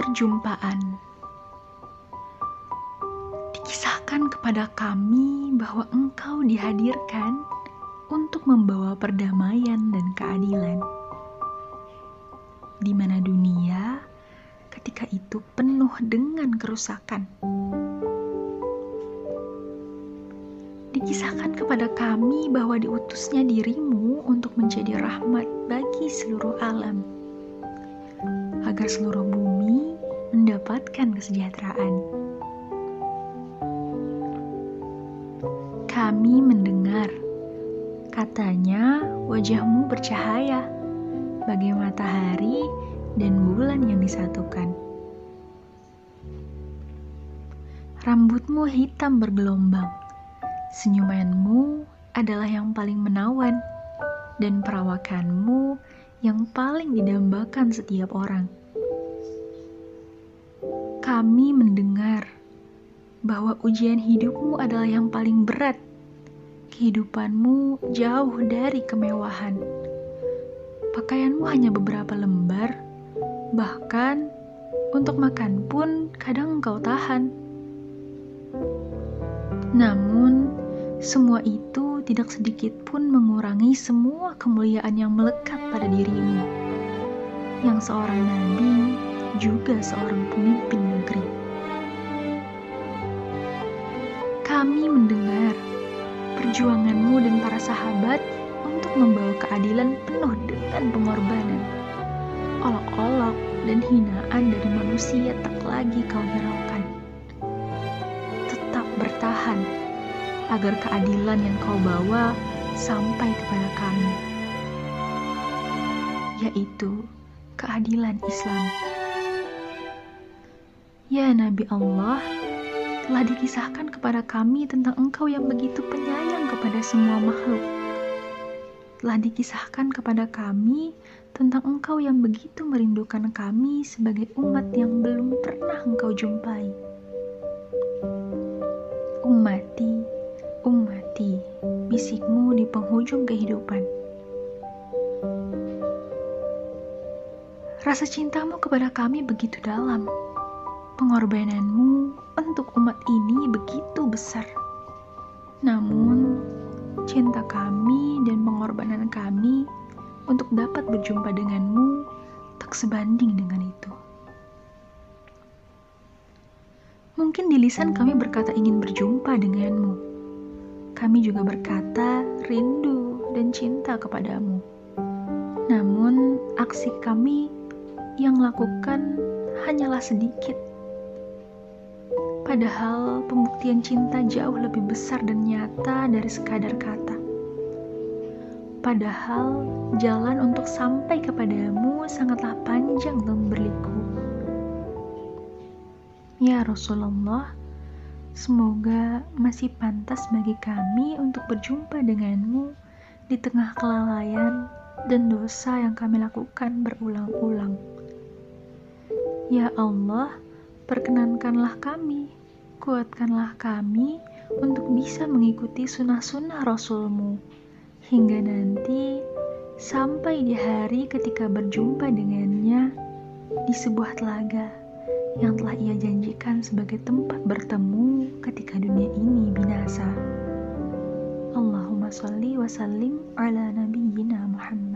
Perjumpaan. Dikisahkan kepada kami bahwa engkau dihadirkan untuk membawa perdamaian dan keadilan, di mana dunia ketika itu penuh dengan kerusakan. Dikisahkan kepada kami bahwa diutusnya dirimu untuk menjadi rahmat bagi seluruh alam, agar seluruh bumi mendapatkan kesejahteraan. Kami mendengar, katanya wajahmu bercahaya, bagai matahari dan bulan yang disatukan. Rambutmu hitam bergelombang, senyumanmu adalah yang paling menawan, dan perawakanmu yang paling didambakan setiap orang. Kami mendengar bahwa ujian hidupmu adalah yang paling berat. Kehidupanmu jauh dari kemewahan. Pakaianmu hanya beberapa lembar, bahkan untuk makan pun kadang engkau tahan. Namun, semua itu tidak sedikit pun mengurangi semua kemuliaan yang melekat pada dirimu, yang seorang nabi juga seorang pemimpin negeri. Kami mendengar perjuanganmu dan para sahabat untuk membawa keadilan penuh dengan pengorbanan. Olok-olok dan hinaan dari manusia tak lagi kau hiraukan. Tetap bertahan agar keadilan yang kau bawa sampai kepada kami, yaitu keadilan Islam. Ya Nabi Allah, telah dikisahkan kepada kami tentang engkau yang begitu penyayang kepada semua makhluk. Telah dikisahkan kepada kami tentang engkau yang begitu merindukan kami sebagai umat yang belum pernah engkau jumpai. Ummati, ummati, bisikmu di penghujung kehidupan. Rasa cintamu kepada kami begitu dalam. Pengorbananmu untuk umat ini begitu besar. Namun, cinta kami dan pengorbanan kami untuk dapat berjumpa denganmu tak sebanding dengan itu. Mungkin di lisan kami berkata ingin berjumpa denganmu. Kami juga berkata rindu dan cinta kepadamu. Namun, aksi kami yang lakukan hanyalah sedikit. Padahal pembuktian cinta jauh lebih besar dan nyata dari sekadar kata. Padahal jalan untuk sampai kepadamu sangatlah panjang dan berliku. Ya Rasulullah, semoga masih pantas bagi kami untuk berjumpa denganmu di tengah kelalaian dan dosa yang kami lakukan berulang-ulang. Ya Allah, perkenankanlah kami, kuatkanlah kami untuk bisa mengikuti sunnah-sunnah Rasul-Mu, hingga nanti sampai di hari ketika berjumpa dengannya di sebuah telaga yang telah Ia janjikan sebagai tempat bertemu ketika dunia ini binasa. Allahumma sholli wa sallim ala nabiyyina Muhammad.